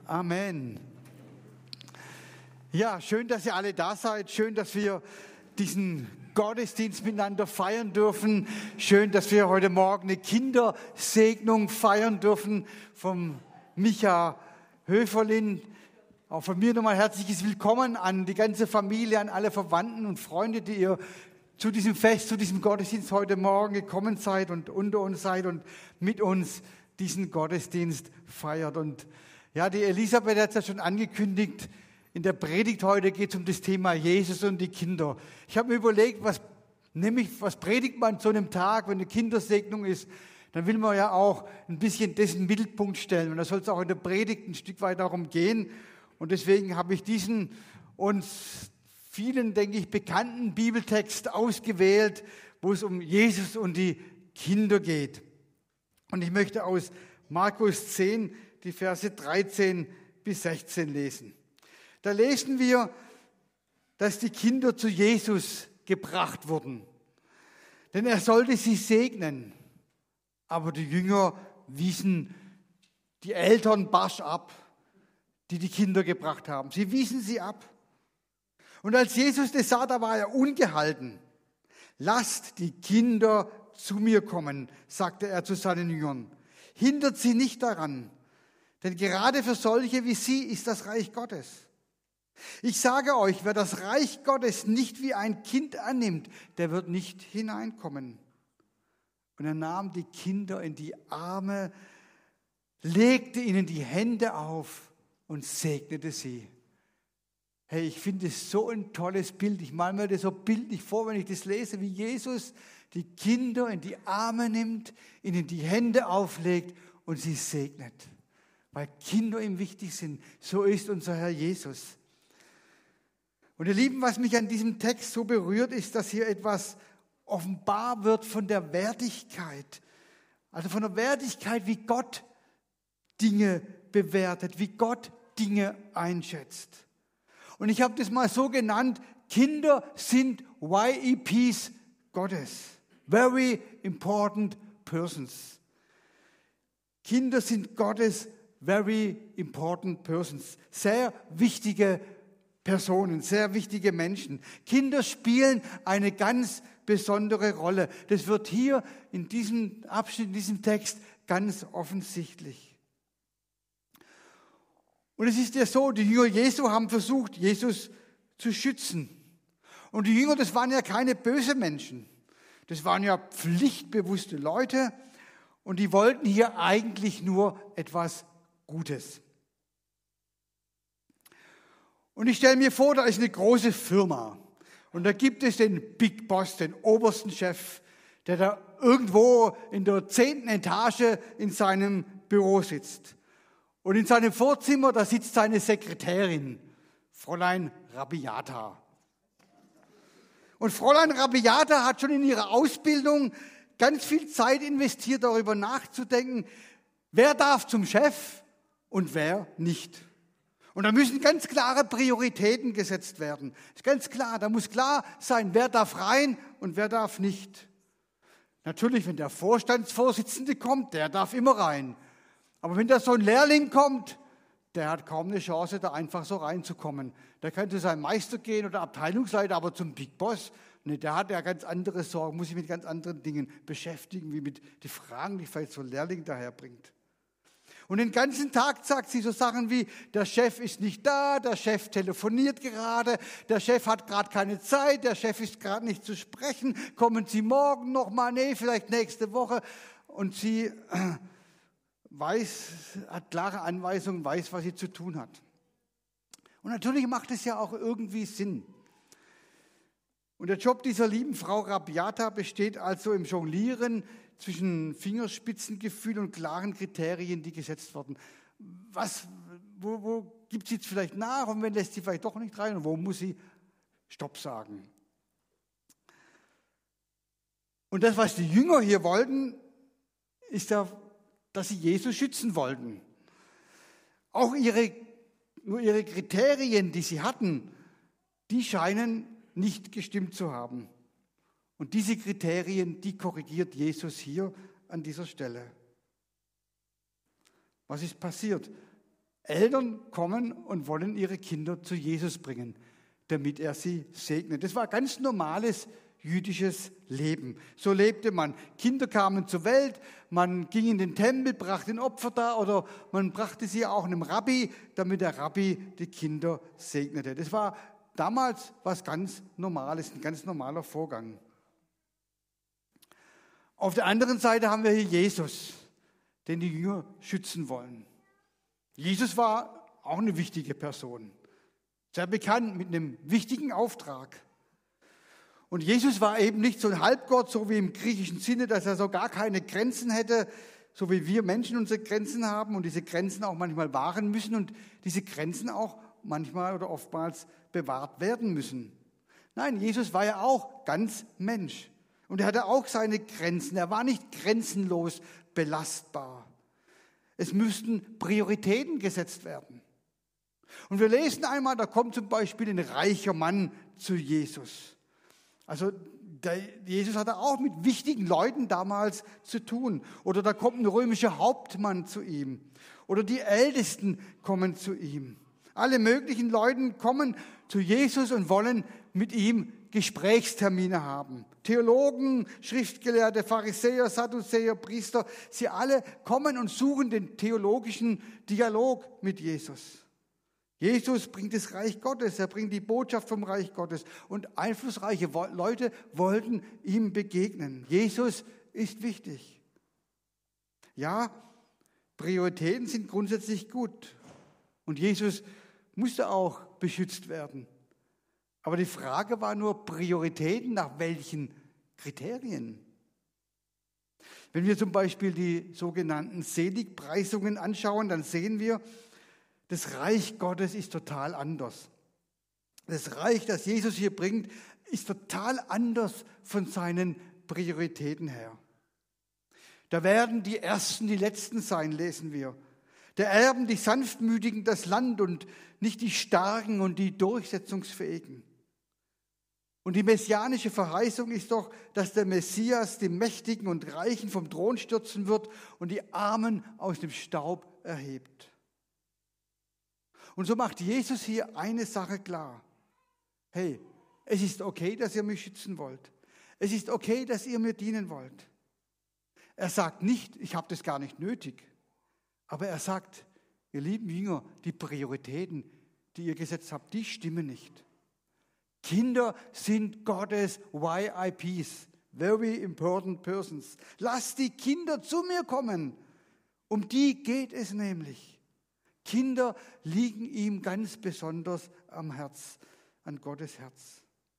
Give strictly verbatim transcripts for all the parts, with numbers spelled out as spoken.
Amen. Ja, schön, dass ihr alle da seid. Schön, dass wir diesen Gottesdienst miteinander feiern dürfen. Schön, dass wir heute Morgen eine Kindersegnung feiern dürfen vom Micha Höferlin. Auch von mir nochmal herzliches Willkommen an die ganze Familie, an alle Verwandten und Freunde, die ihr zu diesem Fest, zu diesem Gottesdienst heute Morgen gekommen seid und unter uns seid und mit uns diesen Gottesdienst feiert. Und ja, die Elisabeth hat es ja schon angekündigt, in der Predigt heute geht es um das Thema Jesus und die Kinder. Ich habe mir überlegt, was, nämlich, was predigt man zu einem Tag, wenn eine Kindersegnung ist, dann will man ja auch ein bisschen dessen Mittelpunkt stellen. Und da soll es auch in der Predigt ein Stück weit darum gehen. Und deswegen habe ich diesen uns vielen, denke ich, bekannten Bibeltext ausgewählt, wo es um Jesus und die Kinder geht. Und ich möchte aus Markus zehn die Verse dreizehn bis sechzehn lesen. Da lesen wir, dass die Kinder zu Jesus gebracht wurden. Denn er sollte sie segnen. Aber die Jünger wiesen die Eltern barsch ab, die die Kinder gebracht haben. Sie wiesen sie ab. Und als Jesus das sah, da war er ungehalten. Lasst die Kinder zu mir kommen, sagte er zu seinen Jüngern. Hindert sie nicht daran, denn gerade für solche wie sie ist das Reich Gottes. Ich sage euch, wer das Reich Gottes nicht wie ein Kind annimmt, der wird nicht hineinkommen. Und er nahm die Kinder in die Arme, legte ihnen die Hände auf und segnete sie. Hey, ich finde es so ein tolles Bild. Ich male mir das so bildlich vor, wenn ich das lese, wie Jesus die Kinder in die Arme nimmt, ihnen die Hände auflegt und sie segnet. Weil Kinder ihm wichtig sind. So ist unser Herr Jesus. Und ihr Lieben, was mich an diesem Text so berührt, ist, dass hier etwas offenbar wird von der Wertigkeit. Also von der Wertigkeit, wie Gott Dinge bewertet, wie Gott Dinge einschätzt. Und ich habe das mal so genannt, Kinder sind Y E Ps Gottes. Very important persons. Kinder sind Gottes very important persons. Sehr wichtige Personen, sehr wichtige Menschen. Kinder spielen eine ganz besondere Rolle. Das wird hier in diesem Abschnitt, in diesem Text ganz offensichtlich. Und es ist ja so, die Jünger Jesu haben versucht, Jesus zu schützen. Und die Jünger, das waren ja keine bösen Menschen. Das waren ja pflichtbewusste Leute und die wollten hier eigentlich nur etwas Gutes. Und ich stelle mir vor, da ist eine große Firma und da gibt es den Big Boss, den obersten Chef, der da irgendwo in der zehnten Etage in seinem Büro sitzt. Und in seinem Vorzimmer, da sitzt seine Sekretärin, Fräulein Rabiata. Und Fräulein Rabiata hat schon in ihrer Ausbildung ganz viel Zeit investiert, darüber nachzudenken, wer darf zum Chef und wer nicht. Und da müssen ganz klare Prioritäten gesetzt werden. Das ist ganz klar, da muss klar sein, wer darf rein und wer darf nicht. Natürlich, wenn der Vorstandsvorsitzende kommt, der darf immer rein. Aber wenn da so ein Lehrling kommt, der hat kaum eine Chance, da einfach so reinzukommen. Der kann zu seinem Meister gehen oder Abteilungsleiter, aber zum Big Boss, ne, der hat ja ganz andere Sorgen, muss sich mit ganz anderen Dingen beschäftigen, wie mit den Fragen, die vielleicht so ein Lehrling daherbringt. Und den ganzen Tag sagt sie so Sachen wie, der Chef ist nicht da, der Chef telefoniert gerade, der Chef hat gerade keine Zeit, der Chef ist gerade nicht zu sprechen, kommen Sie morgen noch mal, nee, vielleicht nächste Woche. Und sie äh, weiß, hat klare Anweisungen, weiß, was sie zu tun hat. Und natürlich macht es ja auch irgendwie Sinn. Und der Job dieser lieben Frau Rabiata besteht also im Jonglieren zwischen Fingerspitzengefühl und klaren Kriterien, die gesetzt werden. Was, wo, wo gibt sie jetzt vielleicht nach und wenn lässt sie vielleicht doch nicht rein und wo muss sie Stopp sagen? Und das, was die Jünger hier wollten, ist ja, dass sie Jesus schützen wollten. Auch ihre, nur ihre Kriterien, die sie hatten, die scheinen nicht gestimmt zu haben. Und diese Kriterien, die korrigiert Jesus hier an dieser Stelle. Was ist passiert? Eltern kommen und wollen ihre Kinder zu Jesus bringen, damit er sie segnet. Das war ganz normales jüdisches Leben. So lebte man. Kinder kamen zur Welt, man ging in den Tempel, brachte ein Opfer da oder man brachte sie auch einem Rabbi, damit der Rabbi die Kinder segnete. Das war damals was ganz Normales, ein ganz normaler Vorgang. Auf der anderen Seite haben wir hier Jesus, den die Jünger schützen wollen. Jesus war auch eine wichtige Person, sehr bekannt mit einem wichtigen Auftrag. Und Jesus war eben nicht so ein Halbgott, so wie im griechischen Sinne, dass er so gar keine Grenzen hätte, so wie wir Menschen unsere Grenzen haben und diese Grenzen auch manchmal wahren müssen und diese Grenzen auch manchmal oder oftmals bewahrt werden müssen. Nein, Jesus war ja auch ganz Mensch und er hatte auch seine Grenzen. Er war nicht grenzenlos belastbar. Es müssten Prioritäten gesetzt werden. Und wir lesen einmal, da kommt zum Beispiel ein reicher Mann zu Jesus. Also der Jesus hatte auch mit wichtigen Leuten damals zu tun. Oder da kommt ein römischer Hauptmann zu ihm. Oder die Ältesten kommen zu ihm. Alle möglichen Leute kommen zu Jesus und wollen mit ihm Gesprächstermine haben. Theologen, Schriftgelehrte, Pharisäer, Sadduzäer, Priester, sie alle kommen und suchen den theologischen Dialog mit Jesus. Jesus bringt das Reich Gottes, er bringt die Botschaft vom Reich Gottes und einflussreiche Leute wollten ihm begegnen. Jesus ist wichtig. Ja, Prioritäten sind grundsätzlich gut und Jesus musste auch beschützt werden. Aber die Frage war nur, Prioritäten nach welchen Kriterien? Wenn wir zum Beispiel die sogenannten Seligpreisungen anschauen, dann sehen wir, das Reich Gottes ist total anders. Das Reich, das Jesus hier bringt, ist total anders von seinen Prioritäten her. Da werden die Ersten die Letzten sein, lesen wir. Da erben die Sanftmütigen das Land und nicht die Starken und die Durchsetzungsfähigen. Und die messianische Verheißung ist doch, dass der Messias die Mächtigen und Reichen vom Thron stürzen wird und die Armen aus dem Staub erhebt. Und so macht Jesus hier eine Sache klar. Hey, es ist okay, dass ihr mich schützen wollt. Es ist okay, dass ihr mir dienen wollt. Er sagt nicht, ich habe das gar nicht nötig. Aber er sagt, ihr lieben Jünger, die Prioritäten, die ihr gesetzt habt, die stimmen nicht. Kinder sind Gottes V I Ps, very important persons. Lasst die Kinder zu mir kommen. Um die geht es nämlich. Kinder liegen ihm ganz besonders am Herz, an Gottes Herz.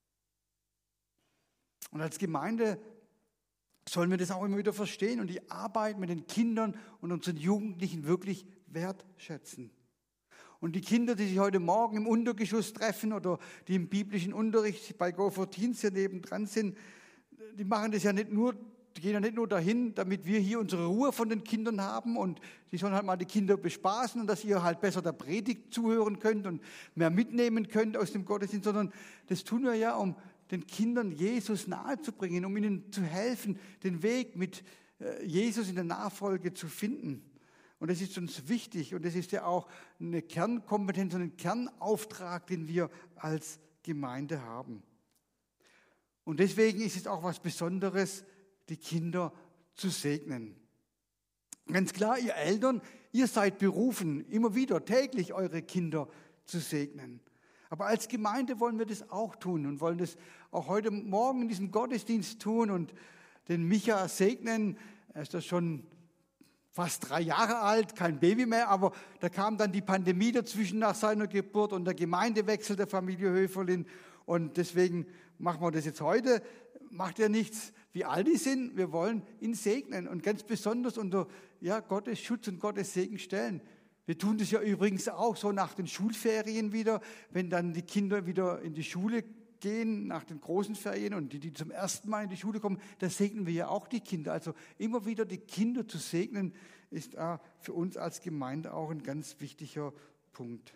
Und als Gemeinde sollen wir das auch immer wieder verstehen und die Arbeit mit den Kindern und unseren Jugendlichen wirklich wertschätzen. Und die Kinder, die sich heute Morgen im Untergeschoss treffen oder die im biblischen Unterricht bei Go for Teens hier nebendran sind, die machen das ja nicht nur, die gehen ja nicht nur dahin, damit wir hier unsere Ruhe von den Kindern haben und die sollen halt mal die Kinder bespaßen und dass ihr halt besser der Predigt zuhören könnt und mehr mitnehmen könnt aus dem Gottesdienst, sondern das tun wir ja, um den Kindern Jesus nahezubringen, um ihnen zu helfen, den Weg mit Jesus in der Nachfolge zu finden. Und das ist uns wichtig und das ist ja auch eine Kernkompetenz und ein Kernauftrag, den wir als Gemeinde haben. Und deswegen ist es auch was Besonderes, die Kinder zu segnen. Ganz klar, ihr Eltern, ihr seid berufen, immer wieder täglich eure Kinder zu segnen. Aber als Gemeinde wollen wir das auch tun und wollen das auch heute Morgen in diesem Gottesdienst tun und den Micha segnen. Er ist das schon fast drei Jahre alt, kein Baby mehr, aber da kam dann die Pandemie dazwischen nach seiner Geburt und der Gemeindewechsel der Familie Höferlin. Und deswegen machen wir das jetzt heute. Macht ja nichts, wie alt die sind. Wir wollen ihn segnen und ganz besonders unter ja, Gottes Schutz und Gottes Segen stellen. Wir tun das ja übrigens auch so nach den Schulferien wieder, wenn dann die Kinder wieder in die Schule gehen, nach den großen Ferien und die, die zum ersten Mal in die Schule kommen, da segnen wir ja auch die Kinder. Also immer wieder die Kinder zu segnen, ist äh, für uns als Gemeinde auch ein ganz wichtiger Punkt.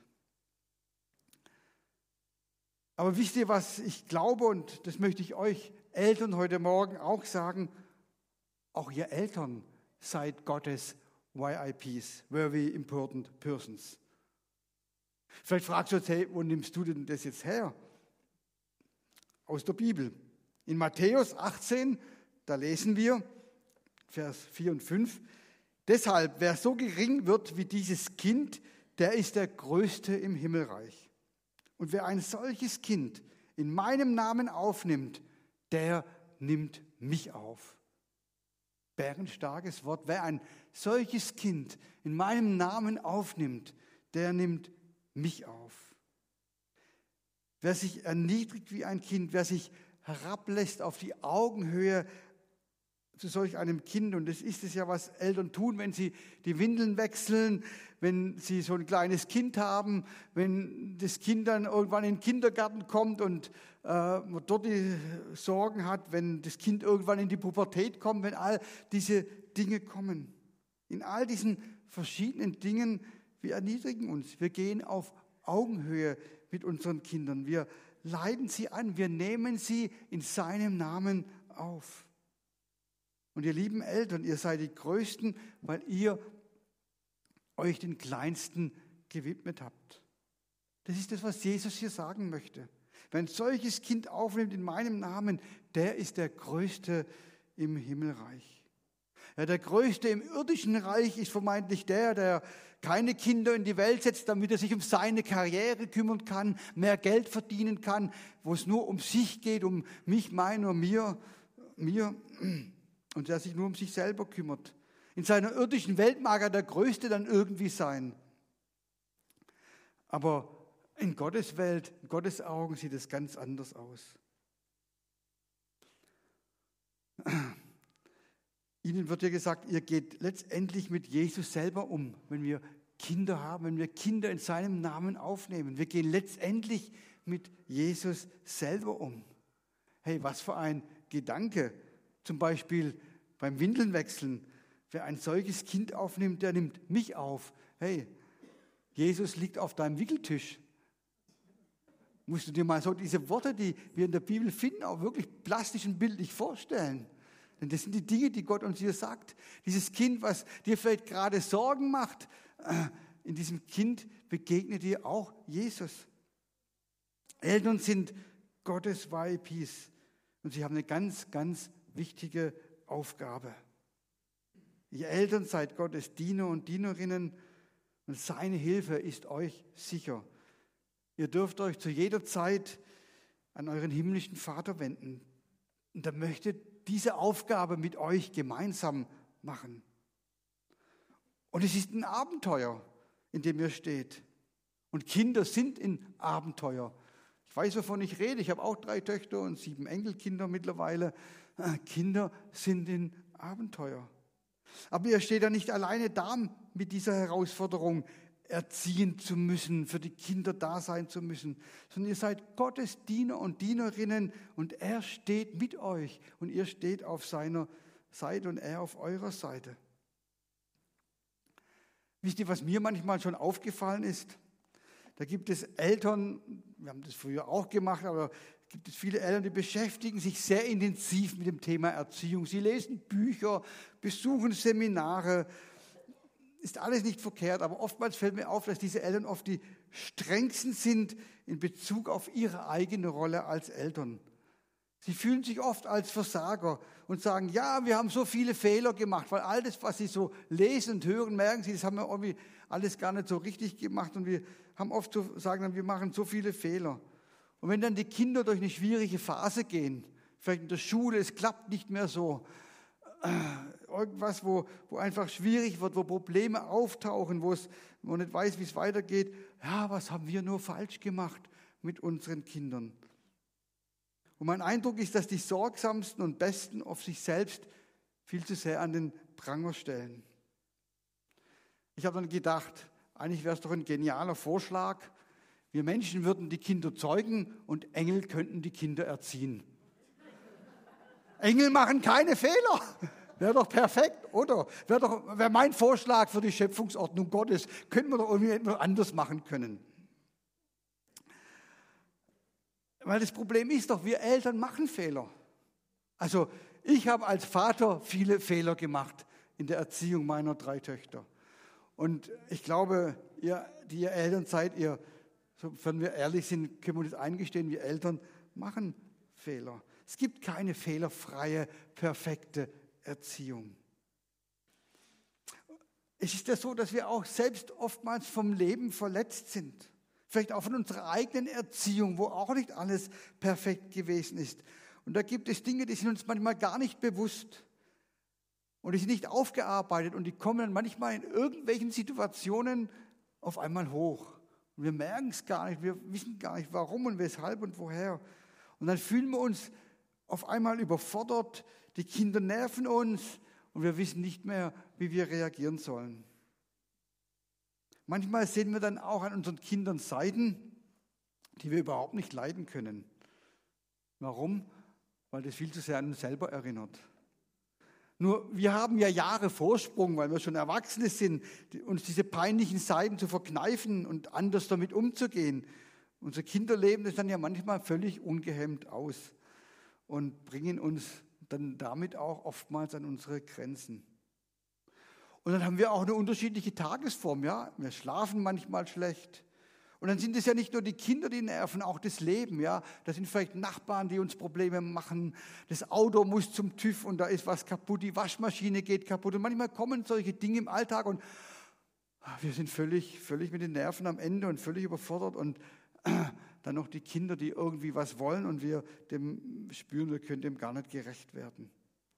Aber wisst ihr, was ich glaube, und das möchte ich euch Eltern heute Morgen auch sagen, auch ihr Eltern seid Gottes V I Ps, very important persons. Vielleicht fragst du uns, hey, wo nimmst du denn das jetzt her? Aus der Bibel. In Matthäus achtzehn, da lesen wir, Vers vier und fünf, deshalb, wer so gering wird wie dieses Kind, der ist der Größte im Himmelreich. Und wer ein solches Kind in meinem Namen aufnimmt, der nimmt mich auf. Bärenstarkes Wort. Wer ein solches Kind in meinem Namen aufnimmt, der nimmt mich auf. Wer sich erniedrigt wie ein Kind, wer sich herablässt auf die Augenhöhe zu solch einem Kind, und das ist es ja, was Eltern tun, wenn sie die Windeln wechseln, wenn sie so ein kleines Kind haben, wenn das Kind dann irgendwann in den Kindergarten kommt und äh, man dort die Sorgen hat, wenn das Kind irgendwann in die Pubertät kommt, wenn all diese Dinge kommen. In all diesen verschiedenen Dingen, wir erniedrigen uns, wir gehen auf Augenhöhe mit unseren Kindern, wir leiten sie an, wir nehmen sie in seinem Namen auf. Und ihr lieben Eltern, ihr seid die Größten, weil ihr euch den Kleinsten gewidmet habt. Das ist das, was Jesus hier sagen möchte. Wer ein solches Kind aufnimmt in meinem Namen, der ist der Größte im Himmelreich. Ja, der Größte im irdischen Reich ist vermeintlich der, der keine Kinder in die Welt setzt, damit er sich um seine Karriere kümmern kann, mehr Geld verdienen kann, wo es nur um sich geht, um mich, meiner, mir, mir. Und der sich nur um sich selber kümmert. In seiner irdischen Welt mag er der Größte dann irgendwie sein. Aber in Gottes Welt, in Gottes Augen sieht es ganz anders aus. Ihnen wird ja gesagt, ihr geht letztendlich mit Jesus selber um, wenn wir Kinder haben, wenn wir Kinder in seinem Namen aufnehmen. Wir gehen letztendlich mit Jesus selber um. Hey, was für ein Gedanke. Zum Beispiel beim Windelnwechseln. Wer ein solches Kind aufnimmt, der nimmt mich auf. Hey, Jesus liegt auf deinem Wickeltisch. Musst du dir mal so diese Worte, die wir in der Bibel finden, auch wirklich plastisch und bildlich vorstellen. Denn das sind die Dinge, die Gott uns hier sagt. Dieses Kind, was dir vielleicht gerade Sorgen macht, in diesem Kind begegnet dir auch Jesus. Eltern sind Gottes V I Ps. Und sie haben eine ganz, ganz wichtige Aufgabe. Ihr Eltern seid Gottes Diener und Dienerinnen und seine Hilfe ist euch sicher. Ihr dürft euch zu jeder Zeit an euren himmlischen Vater wenden. Und er möchte diese Aufgabe mit euch gemeinsam machen. Und es ist ein Abenteuer, in dem ihr steht. Und Kinder sind in Abenteuer. Ich weiß, wovon ich rede. Ich habe auch drei Töchter und sieben Enkelkinder mittlerweile. Kinder sind in Abenteuer. Aber ihr steht ja nicht alleine da mit dieser Herausforderung, erziehen zu müssen, für die Kinder da sein zu müssen, sondern ihr seid Gottes Diener und Dienerinnen und er steht mit euch und ihr steht auf seiner Seite und er auf eurer Seite. Wisst ihr, was mir manchmal schon aufgefallen ist? Da gibt es Eltern, wir haben das früher auch gemacht, aber gibt es viele Eltern, die beschäftigen sich sehr intensiv mit dem Thema Erziehung. Sie lesen Bücher, besuchen Seminare. Ist alles nicht verkehrt, aber oftmals fällt mir auf, dass diese Eltern oft die strengsten sind in Bezug auf ihre eigene Rolle als Eltern. Sie fühlen sich oft als Versager und sagen, ja, wir haben so viele Fehler gemacht, weil all das, was sie so lesen und hören, merken sie, das haben wir irgendwie alles gar nicht so richtig gemacht und wir haben oft so, sagen dann, wir machen so viele Fehler. Und wenn dann die Kinder durch eine schwierige Phase gehen, vielleicht in der Schule, es klappt nicht mehr so, irgendwas, wo, wo einfach schwierig wird, wo Probleme auftauchen, wo es, wo man nicht weiß, wie es weitergeht, ja, was haben wir nur falsch gemacht mit unseren Kindern? Und mein Eindruck ist, dass die Sorgsamsten und Besten auf sich selbst viel zu sehr an den Pranger stellen. Ich habe dann gedacht, eigentlich wäre es doch ein genialer Vorschlag, wir Menschen würden die Kinder zeugen und Engel könnten die Kinder erziehen. Engel machen keine Fehler. Wäre doch perfekt, oder? Wäre doch, wäre mein Vorschlag für die Schöpfungsordnung Gottes. Könnten wir doch irgendwie etwas anders machen können. Weil das Problem ist doch, wir Eltern machen Fehler. Also ich habe als Vater viele Fehler gemacht in der Erziehung meiner drei Töchter. Und ich glaube, ihr, die ihr Eltern seid, ihr Sofern wir ehrlich sind, können wir das eingestehen, wir Eltern machen Fehler. Es gibt keine fehlerfreie, perfekte Erziehung. Es ist ja so, dass wir auch selbst oftmals vom Leben verletzt sind. Vielleicht auch von unserer eigenen Erziehung, wo auch nicht alles perfekt gewesen ist. Und da gibt es Dinge, die sind uns manchmal gar nicht bewusst. Und die sind nicht aufgearbeitet und die kommen dann manchmal in irgendwelchen Situationen auf einmal hoch. Und wir merken es gar nicht, wir wissen gar nicht, warum und weshalb und woher. Und dann fühlen wir uns auf einmal überfordert, die Kinder nerven uns und wir wissen nicht mehr, wie wir reagieren sollen. Manchmal sehen wir dann auch an unseren Kindern Seiten, die wir überhaupt nicht leiden können. Warum? Weil das viel zu sehr an uns selber erinnert. Nur wir haben ja Jahre Vorsprung, weil wir schon Erwachsene sind, uns diese peinlichen Seiten zu verkneifen und anders damit umzugehen. Unsere Kinder leben das dann ja manchmal völlig ungehemmt aus und bringen uns dann damit auch oftmals an unsere Grenzen. Und dann haben wir auch eine unterschiedliche Tagesform. Ja? Wir schlafen manchmal schlecht. Und dann sind es ja nicht nur die Kinder, die nerven, auch das Leben. Ja? Das sind vielleicht Nachbarn, die uns Probleme machen. Das Auto muss zum TÜV und da ist was kaputt. Die Waschmaschine geht kaputt. Und manchmal kommen solche Dinge im Alltag und wir sind völlig, völlig mit den Nerven am Ende und völlig überfordert. Und dann noch die Kinder, die irgendwie was wollen und wir dem spüren, wir können dem gar nicht gerecht werden.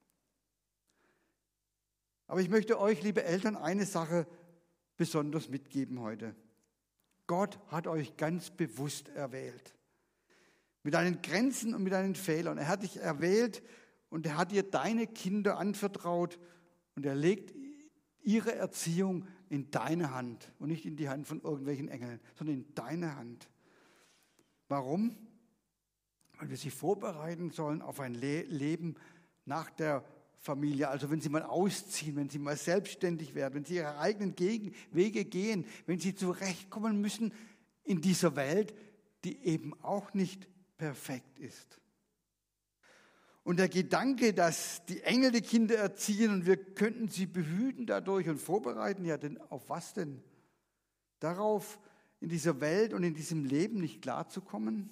Aber ich möchte euch, liebe Eltern, eine Sache besonders mitgeben heute. Gott hat euch ganz bewusst erwählt. Mit deinen Grenzen und mit deinen Fehlern. Er hat dich erwählt und er hat dir deine Kinder anvertraut und er legt ihre Erziehung in deine Hand und nicht in die Hand von irgendwelchen Engeln, sondern in deine Hand. Warum? Weil wir sie vorbereiten sollen auf ein Le- Leben nach der Familie. Also wenn sie mal ausziehen, wenn sie mal selbstständig werden, wenn sie ihre eigenen Gegen- Wege gehen, wenn sie zurechtkommen müssen in dieser Welt, die eben auch nicht perfekt ist. Und der Gedanke, dass die Engel die Kinder erziehen und wir könnten sie behüten dadurch und vorbereiten, ja, denn auf was denn? Darauf, in dieser Welt und in diesem Leben nicht klarzukommen?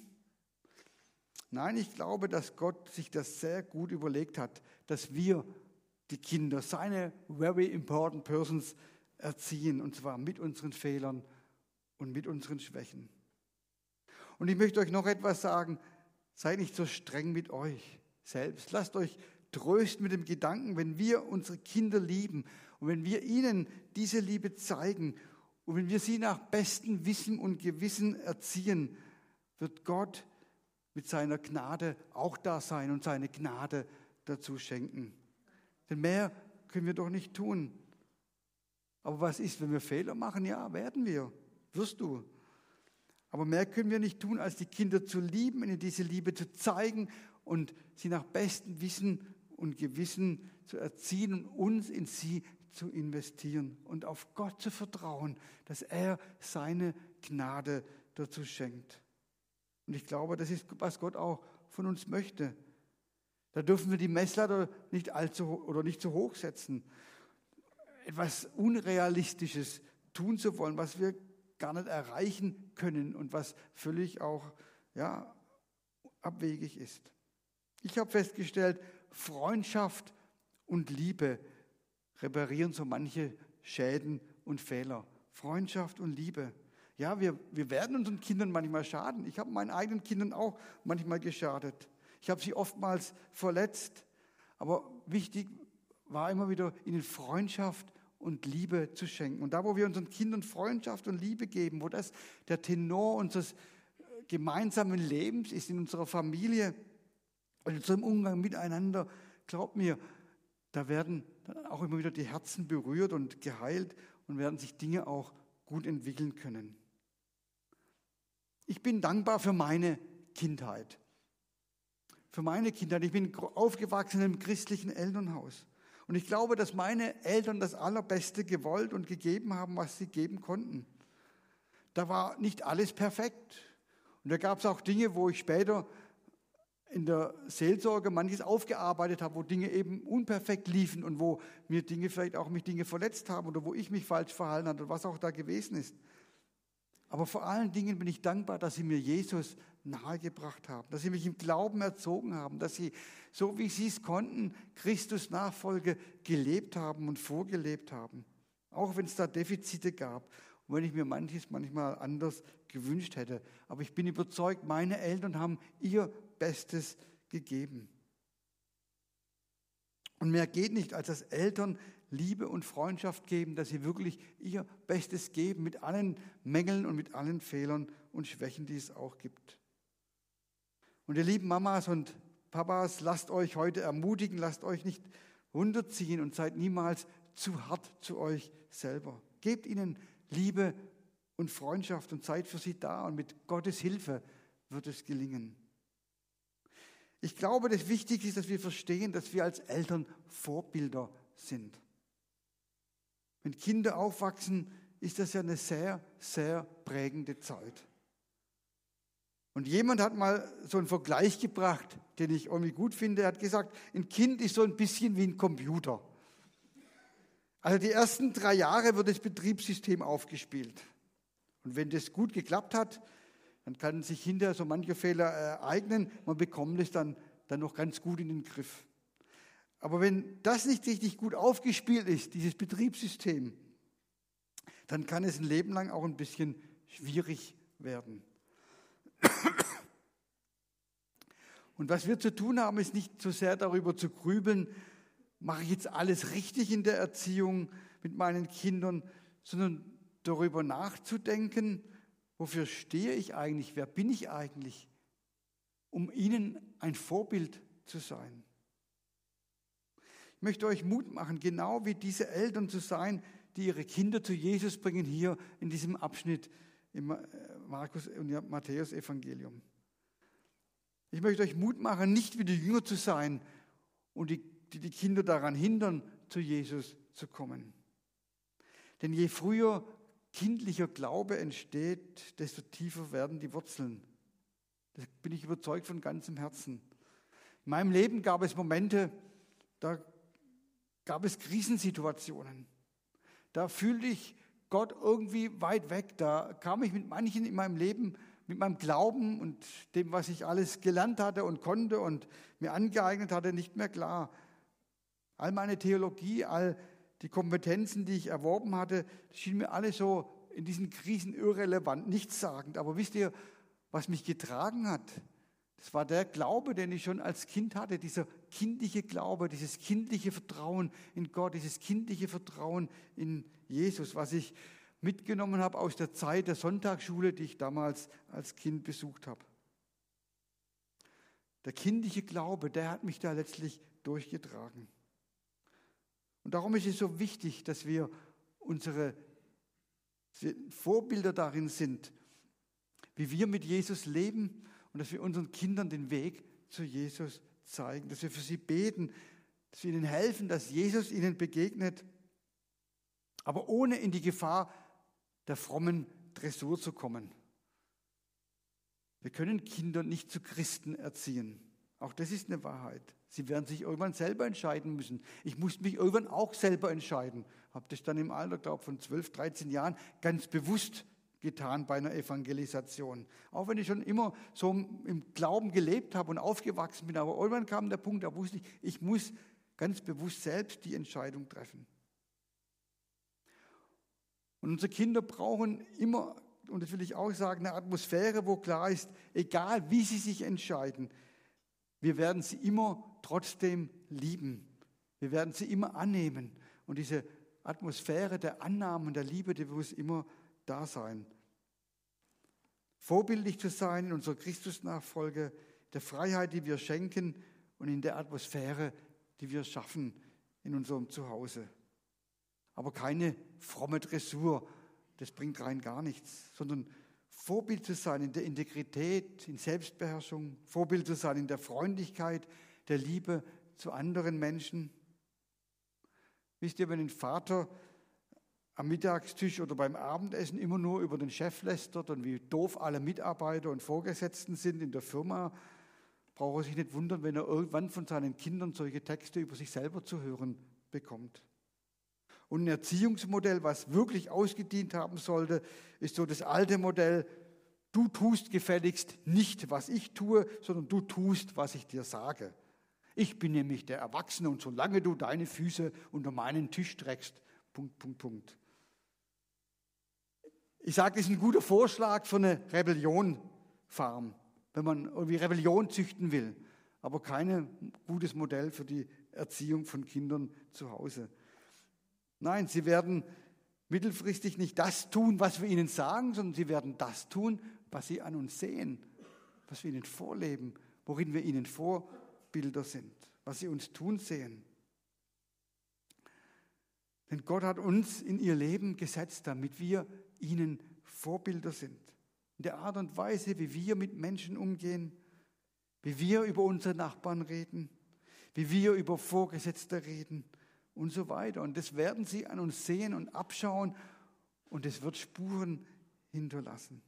Nein, ich glaube, dass Gott sich das sehr gut überlegt hat, dass wir die Kinder, seine very important persons, erziehen, und zwar mit unseren Fehlern und mit unseren Schwächen. Und ich möchte euch noch etwas sagen, seid nicht so streng mit euch selbst. Lasst euch trösten mit dem Gedanken, wenn wir unsere Kinder lieben und wenn wir ihnen diese Liebe zeigen und wenn wir sie nach bestem Wissen und Gewissen erziehen, wird Gott mit seiner Gnade auch da sein und seine Gnade dazu schenken. Denn mehr können wir doch nicht tun. Aber was ist, wenn wir Fehler machen? Ja, werden wir. Wirst du. Aber mehr können wir nicht tun, als die Kinder zu lieben, ihnen diese Liebe zu zeigen und sie nach bestem Wissen und Gewissen zu erziehen und uns in sie zu investieren und auf Gott zu vertrauen, dass er seine Gnade dazu schenkt. Und ich glaube, das ist, was Gott auch von uns möchte. Da dürfen wir die Messlatte nicht allzu oder nicht zu hoch setzen. Etwas Unrealistisches tun zu wollen, was wir gar nicht erreichen können und was völlig auch ja, abwegig ist. Ich habe festgestellt, Freundschaft und Liebe reparieren so manche Schäden und Fehler. Freundschaft und Liebe. Ja, wir, wir werden unseren Kindern manchmal schaden. Ich habe meinen eigenen Kindern auch manchmal geschadet. Ich habe sie oftmals verletzt. Aber wichtig war immer wieder, ihnen Freundschaft und Liebe zu schenken. Und da, wo wir unseren Kindern Freundschaft und Liebe geben, wo das der Tenor unseres gemeinsamen Lebens ist, in unserer Familie, in unserem Umgang miteinander, glaubt mir, da werden dann auch immer wieder die Herzen berührt und geheilt und werden sich Dinge auch gut entwickeln können. Ich bin dankbar für meine Kindheit. Für meine Kindheit. Ich bin aufgewachsen im christlichen Elternhaus. Und ich glaube, dass meine Eltern das Allerbeste gewollt und gegeben haben, was sie geben konnten. Da war nicht alles perfekt. Und da gab es auch Dinge, wo ich später in der Seelsorge manches aufgearbeitet habe, wo Dinge eben unperfekt liefen und wo mir Dinge vielleicht auch mich Dinge verletzt haben oder wo ich mich falsch verhalten habe oder was auch da gewesen ist. Aber vor allen Dingen bin ich dankbar, dass sie mir Jesus nahegebracht haben, dass sie mich im Glauben erzogen haben, dass sie, so wie sie es konnten, Christus Nachfolge gelebt haben und vorgelebt haben. Auch wenn es da Defizite gab und wenn ich mir manches manchmal anders gewünscht hätte. Aber ich bin überzeugt, meine Eltern haben ihr Bestes gegeben. Und mehr geht nicht, als dass Eltern Liebe und Freundschaft geben, dass sie wirklich ihr Bestes geben, mit allen Mängeln und mit allen Fehlern und Schwächen, die es auch gibt. Und ihr lieben Mamas und Papas, lasst euch heute ermutigen, lasst euch nicht runterziehen und seid niemals zu hart zu euch selber. Gebt ihnen Liebe und Freundschaft und seid für sie da und mit Gottes Hilfe wird es gelingen. Ich glaube, das Wichtigste ist, dass wir verstehen, dass wir als Eltern Vorbilder sind. Wenn Kinder aufwachsen, ist das ja eine sehr, sehr prägende Zeit. Und jemand hat mal so einen Vergleich gebracht, den ich irgendwie gut finde. Er hat gesagt, ein Kind ist so ein bisschen wie ein Computer. Also die ersten drei Jahre wird das Betriebssystem aufgespielt. Und wenn das gut geklappt hat, dann kann sich hinterher so manche Fehler ereignen. Man bekommt es dann, dann noch ganz gut in den Griff. Aber wenn das nicht richtig gut aufgespielt ist, dieses Betriebssystem, dann kann es ein Leben lang auch ein bisschen schwierig werden. Und was wir zu tun haben, ist nicht so sehr darüber zu grübeln, mache ich jetzt alles richtig in der Erziehung mit meinen Kindern, sondern darüber nachzudenken, wofür stehe ich eigentlich, wer bin ich eigentlich, um ihnen ein Vorbild zu sein. Ich möchte euch Mut machen, genau wie diese Eltern zu sein, die ihre Kinder zu Jesus bringen, hier in diesem Abschnitt im Markus- und Matthäus-Evangelium. Ich möchte euch Mut machen, nicht wie die Jünger zu sein und die, die die Kinder daran hindern, zu Jesus zu kommen. Denn je früher kindlicher Glaube entsteht, desto tiefer werden die Wurzeln. Da bin ich überzeugt von ganzem Herzen. In meinem Leben gab es Momente, da gab es Krisensituationen. Da fühlte ich Gott irgendwie weit weg. Da kam ich mit manchen in meinem Leben, mit meinem Glauben und dem, was ich alles gelernt hatte und konnte und mir angeeignet hatte, nicht mehr klar. All meine Theologie, all die Kompetenzen, die ich erworben hatte, schienen mir alle so in diesen Krisen irrelevant, nichtssagend. Aber wisst ihr, was mich getragen hat? Das war der Glaube, den ich schon als Kind hatte, dieser kindliche Glaube, dieses kindliche Vertrauen in Gott, dieses kindliche Vertrauen in Jesus, was ich mitgenommen habe aus der Zeit der Sonntagsschule, die ich damals als Kind besucht habe. Der kindliche Glaube, der hat mich da letztlich durchgetragen. Und darum ist es so wichtig, dass wir unsere dass wir Vorbilder darin sind, wie wir mit Jesus leben und dass wir unseren Kindern den Weg zu Jesus zeigen, dass wir für sie beten, dass wir ihnen helfen, dass Jesus ihnen begegnet, aber ohne in die Gefahr der frommen Dressur zu kommen. Wir können Kinder nicht zu Christen erziehen. Auch das ist eine Wahrheit. Sie werden sich irgendwann selber entscheiden müssen. Ich musste mich irgendwann auch selber entscheiden. Habe das dann im Alter, glaube ich, von zwölf, dreizehn Jahren ganz bewusst getan bei einer Evangelisation. Auch wenn ich schon immer so im Glauben gelebt habe und aufgewachsen bin. Aber irgendwann kam der Punkt, da wusste ich, ich muss ganz bewusst selbst die Entscheidung treffen. Und unsere Kinder brauchen immer, und das will ich auch sagen, eine Atmosphäre, wo klar ist, egal wie sie sich entscheiden, wir werden sie immer trotzdem lieben. Wir werden sie immer annehmen. Und diese Atmosphäre der Annahme und der Liebe, die muss immer da sein. Vorbildlich zu sein in unserer Christusnachfolge, der Freiheit, die wir schenken und in der Atmosphäre, die wir schaffen in unserem Zuhause. Aber keine fromme Dressur, das bringt rein gar nichts, sondern Vorbild zu sein in der Integrität, in Selbstbeherrschung, Vorbild zu sein in der Freundlichkeit, der Liebe zu anderen Menschen. Wisst ihr, wenn ein Vater am Mittagstisch oder beim Abendessen immer nur über den Chef lästert und wie doof alle Mitarbeiter und Vorgesetzten sind in der Firma, braucht er sich nicht wundern, wenn er irgendwann von seinen Kindern solche Texte über sich selber zu hören bekommt. Und ein Erziehungsmodell, was wirklich ausgedient haben sollte, ist so das alte Modell: Du tust gefälligst nicht, was ich tue, sondern du tust, was ich dir sage. Ich bin nämlich der Erwachsene und solange du deine Füße unter meinen Tisch streckst, Punkt, Punkt, Punkt. Ich sage, das ist ein guter Vorschlag für eine Rebellion-Farm, wenn man irgendwie Rebellion züchten will, aber kein gutes Modell für die Erziehung von Kindern zu Hause. Nein, sie werden mittelfristig nicht das tun, was wir ihnen sagen, sondern sie werden das tun, was sie an uns sehen, was wir ihnen vorleben, worin wir ihnen Vorbilder sind, was sie uns tun sehen. Denn Gott hat uns in ihr Leben gesetzt, damit wir ihnen Vorbilder sind. In der Art und Weise, wie wir mit Menschen umgehen, wie wir über unsere Nachbarn reden, wie wir über Vorgesetzte reden und so weiter. Und das werden sie an uns sehen und abschauen und es wird Spuren hinterlassen.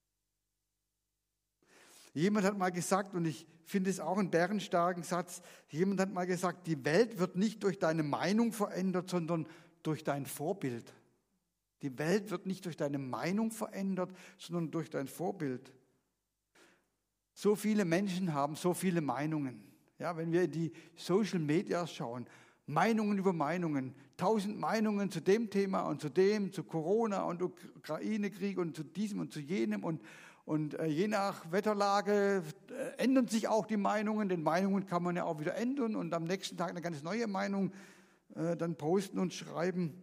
Jemand hat mal gesagt, und ich finde es auch einen bärenstarken Satz, jemand hat mal gesagt, die Welt wird nicht durch deine Meinung verändert, sondern durch dein Vorbild. Die Welt wird nicht durch deine Meinung verändert, sondern durch dein Vorbild. So viele Menschen haben so viele Meinungen. Ja, wenn wir in die Social Media schauen, Meinungen über Meinungen, tausend Meinungen zu dem Thema und zu dem, zu Corona und Ukraine-Krieg und zu diesem und zu jenem und, und äh, je nach Wetterlage äh, ändern sich auch die Meinungen, denn Meinungen kann man ja auch wieder ändern und am nächsten Tag eine ganz neue Meinung äh, dann posten und schreiben.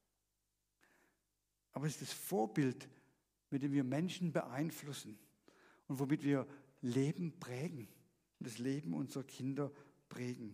Aber es ist das Vorbild, mit dem wir Menschen beeinflussen und womit wir Leben prägen und das Leben unserer Kinder prägen.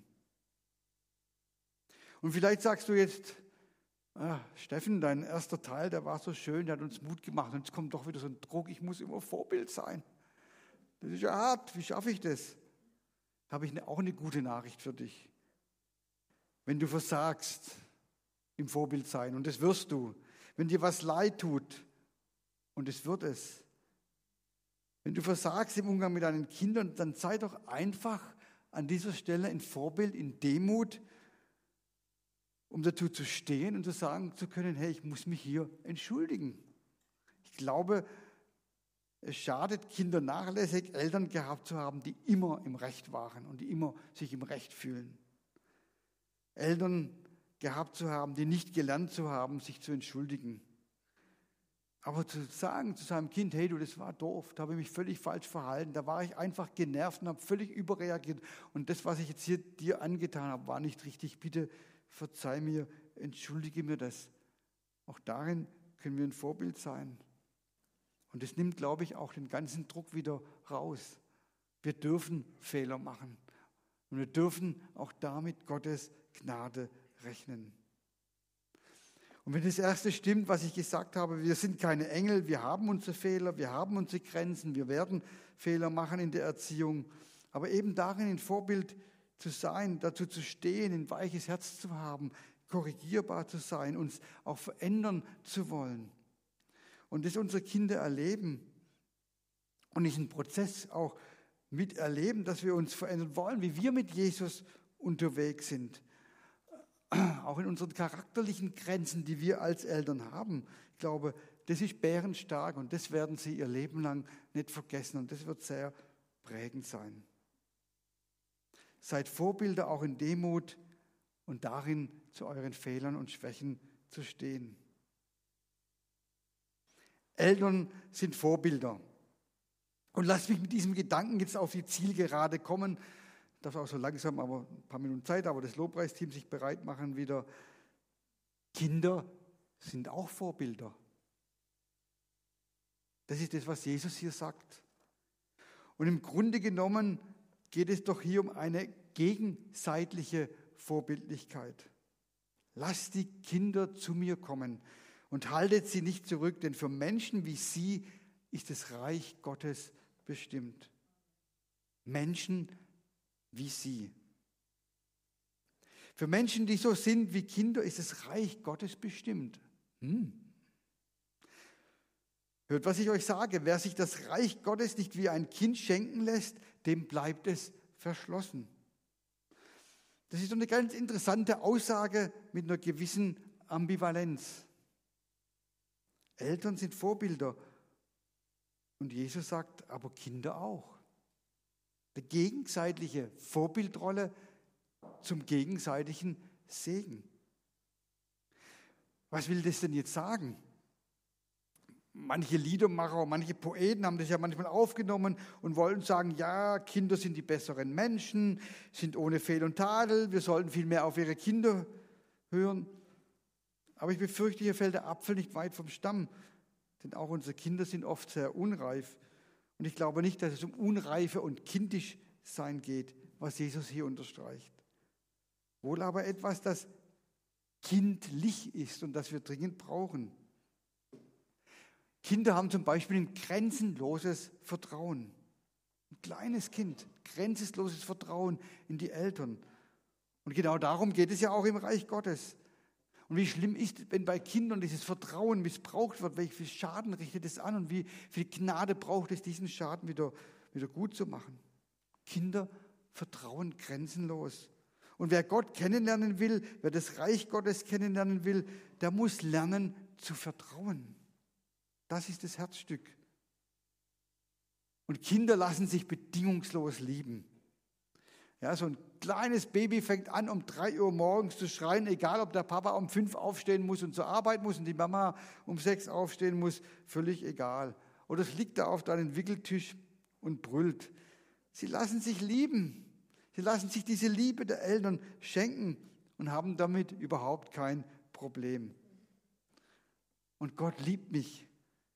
Und vielleicht sagst du jetzt, ah, Steffen, dein erster Teil, der war so schön, der hat uns Mut gemacht und jetzt kommt doch wieder so ein Druck, ich muss immer Vorbild sein. Das ist ja hart, wie schaffe ich das? Da habe ich eine, auch eine gute Nachricht für dich. Wenn du versagst im Vorbild sein, und das wirst du, wenn dir was leid tut, und es wird es, wenn du versagst im Umgang mit deinen Kindern, dann sei doch einfach an dieser Stelle ein Vorbild in Demut, um dazu zu stehen und zu sagen zu können, hey, ich muss mich hier entschuldigen. Ich glaube, es schadet, Kinder nachlässig Eltern gehabt zu haben, die immer im Recht waren und die immer sich im Recht fühlen. Eltern gehabt zu haben, die nicht gelernt zu haben, sich zu entschuldigen. Aber zu sagen zu seinem Kind, hey du, das war doof, da habe ich mich völlig falsch verhalten, da war ich einfach genervt und habe völlig überreagiert und das, was ich jetzt hier dir angetan habe, war nicht richtig, bitte verzeih mir, entschuldige mir das. Auch darin können wir ein Vorbild sein. Und das nimmt, glaube ich, auch den ganzen Druck wieder raus. Wir dürfen Fehler machen und wir dürfen auch damit Gottes Gnade rechnen. Und wenn das Erste stimmt, was ich gesagt habe, wir sind keine Engel, wir haben unsere Fehler, wir haben unsere Grenzen, wir werden Fehler machen in der Erziehung, aber eben darin ein Vorbild zu sein, dazu zu stehen, ein weiches Herz zu haben, korrigierbar zu sein, uns auch verändern zu wollen. Und das unsere Kinder erleben und diesen Prozess auch miterleben, dass wir uns verändern wollen, wie wir mit Jesus unterwegs sind. Auch in unseren charakterlichen Grenzen, die wir als Eltern haben. Ich glaube, das ist bärenstark und das werden sie ihr Leben lang nicht vergessen und das wird sehr prägend sein. Seid Vorbilder auch in Demut und darin, zu euren Fehlern und Schwächen zu stehen. Eltern sind Vorbilder. Und lasst mich mit diesem Gedanken jetzt auf die Zielgerade kommen. Ich darf auch so langsam, aber ein paar Minuten Zeit, aber das Lobpreisteam sich bereit machen wieder. Kinder sind auch Vorbilder. Das ist das, was Jesus hier sagt. Und im Grunde genommen geht es doch hier um eine gegenseitige Vorbildlichkeit. Lasst die Kinder zu mir kommen und haltet sie nicht zurück, denn für Menschen wie sie ist das Reich Gottes bestimmt. Menschen wie sie. Für Menschen, die so sind wie Kinder, ist das Reich Gottes bestimmt. Hm. Hört, was ich euch sage. Wer sich das Reich Gottes nicht wie ein Kind schenken lässt, dem bleibt es verschlossen. Das ist so eine ganz interessante Aussage mit einer gewissen Ambivalenz. Eltern sind Vorbilder. Und Jesus sagt, aber Kinder auch. Die gegenseitige Vorbildrolle zum gegenseitigen Segen. Was will das denn jetzt sagen? Manche Liedermacher, manche Poeten haben das ja manchmal aufgenommen und wollen sagen, ja, Kinder sind die besseren Menschen, sind ohne Fehl und Tadel, wir sollten viel mehr auf ihre Kinder hören. Aber ich befürchte, hier fällt der Apfel nicht weit vom Stamm, denn auch unsere Kinder sind oft sehr unreif. Und ich glaube nicht, dass es um Unreife und Kindischsein geht, was Jesus hier unterstreicht. Wohl aber etwas, das kindlich ist und das wir dringend brauchen. Kinder haben zum Beispiel ein grenzenloses Vertrauen. Ein kleines Kind, grenzenloses Vertrauen in die Eltern. Und genau darum geht es ja auch im Reich Gottes. Und wie schlimm ist, wenn bei Kindern dieses Vertrauen missbraucht wird, welch viel Schaden richtet es an und wie viel Gnade braucht es, diesen Schaden wieder, wieder gut zu machen. Kinder vertrauen grenzenlos. Und wer Gott kennenlernen will, wer das Reich Gottes kennenlernen will, der muss lernen zu vertrauen. Das ist das Herzstück. Und Kinder lassen sich bedingungslos lieben. Ja, so ein kleines Baby fängt an, um drei Uhr morgens zu schreien, egal ob der Papa um fünf aufstehen muss und zur Arbeit muss und die Mama um sechs aufstehen muss, völlig egal. Oder es liegt da auf deinem Wickeltisch und brüllt. Sie lassen sich lieben. Sie lassen sich diese Liebe der Eltern schenken und haben damit überhaupt kein Problem. Und Gott liebt mich,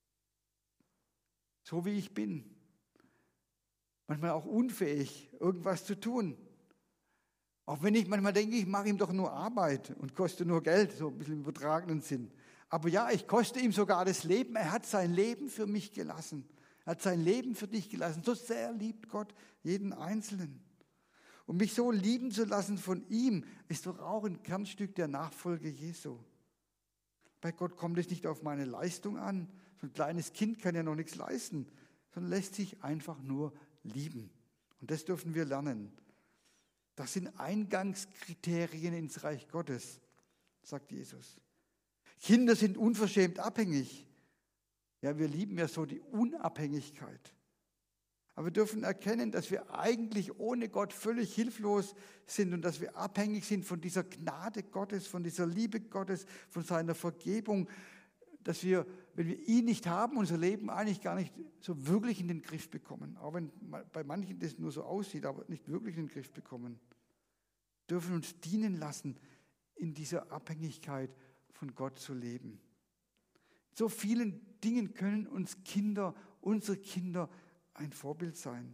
so wie ich bin. Manchmal auch unfähig, irgendwas zu tun. Auch wenn ich manchmal denke, ich mache ihm doch nur Arbeit und koste nur Geld, so ein bisschen im übertragenen Sinn. Aber ja, ich koste ihm sogar das Leben. Er hat sein Leben für mich gelassen. Er hat sein Leben für dich gelassen. So sehr liebt Gott jeden Einzelnen. Und mich so lieben zu lassen von ihm, ist doch auch ein Kernstück der Nachfolge Jesu. Bei Gott kommt es nicht auf meine Leistung an. So ein kleines Kind kann ja noch nichts leisten, sondern lässt sich einfach nur lieben. Und das dürfen wir lernen. Das sind Eingangskriterien ins Reich Gottes, sagt Jesus. Kinder sind unverschämt abhängig. Ja, wir lieben ja so die Unabhängigkeit. Aber wir dürfen erkennen, dass wir eigentlich ohne Gott völlig hilflos sind und dass wir abhängig sind von dieser Gnade Gottes, von dieser Liebe Gottes, von seiner Vergebung, dass wir, wenn wir ihn nicht haben, unser Leben eigentlich gar nicht so wirklich in den Griff bekommen. Auch wenn bei manchen das nur so aussieht, aber nicht wirklich in den Griff bekommen. Wir dürfen uns dienen lassen, in dieser Abhängigkeit von Gott zu leben. So vielen Dingen können uns Kinder, unsere Kinder ein Vorbild sein.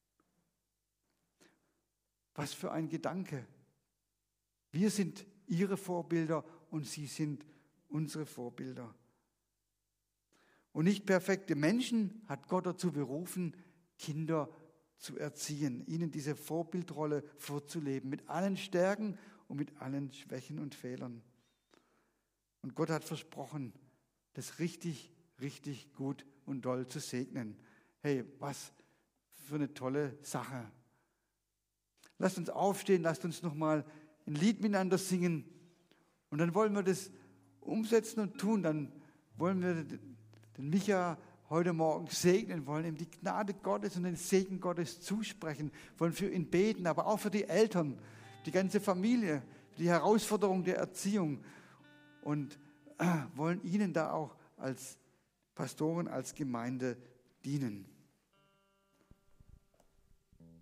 Was für ein Gedanke. Wir sind ihre Vorbilder und sie sind unsere Vorbilder. Und nicht perfekte Menschen hat Gott dazu berufen, Kinder zu erziehen, ihnen diese Vorbildrolle vorzuleben, mit allen Stärken und mit allen Schwächen und Fehlern. Und Gott hat versprochen, das richtig, richtig gut und doll zu segnen. Hey, was für eine tolle Sache. Lasst uns aufstehen, lasst uns nochmal ein Lied miteinander singen und dann wollen wir das umsetzen und tun. Dann wollen wir den Micha heute Morgen segnen, wollen ihm die Gnade Gottes und den Segen Gottes zusprechen, wollen für ihn beten, aber auch für die Eltern, die ganze Familie, die Herausforderung der Erziehung und äh, wollen ihnen da auch als Pastoren, als Gemeinde dienen.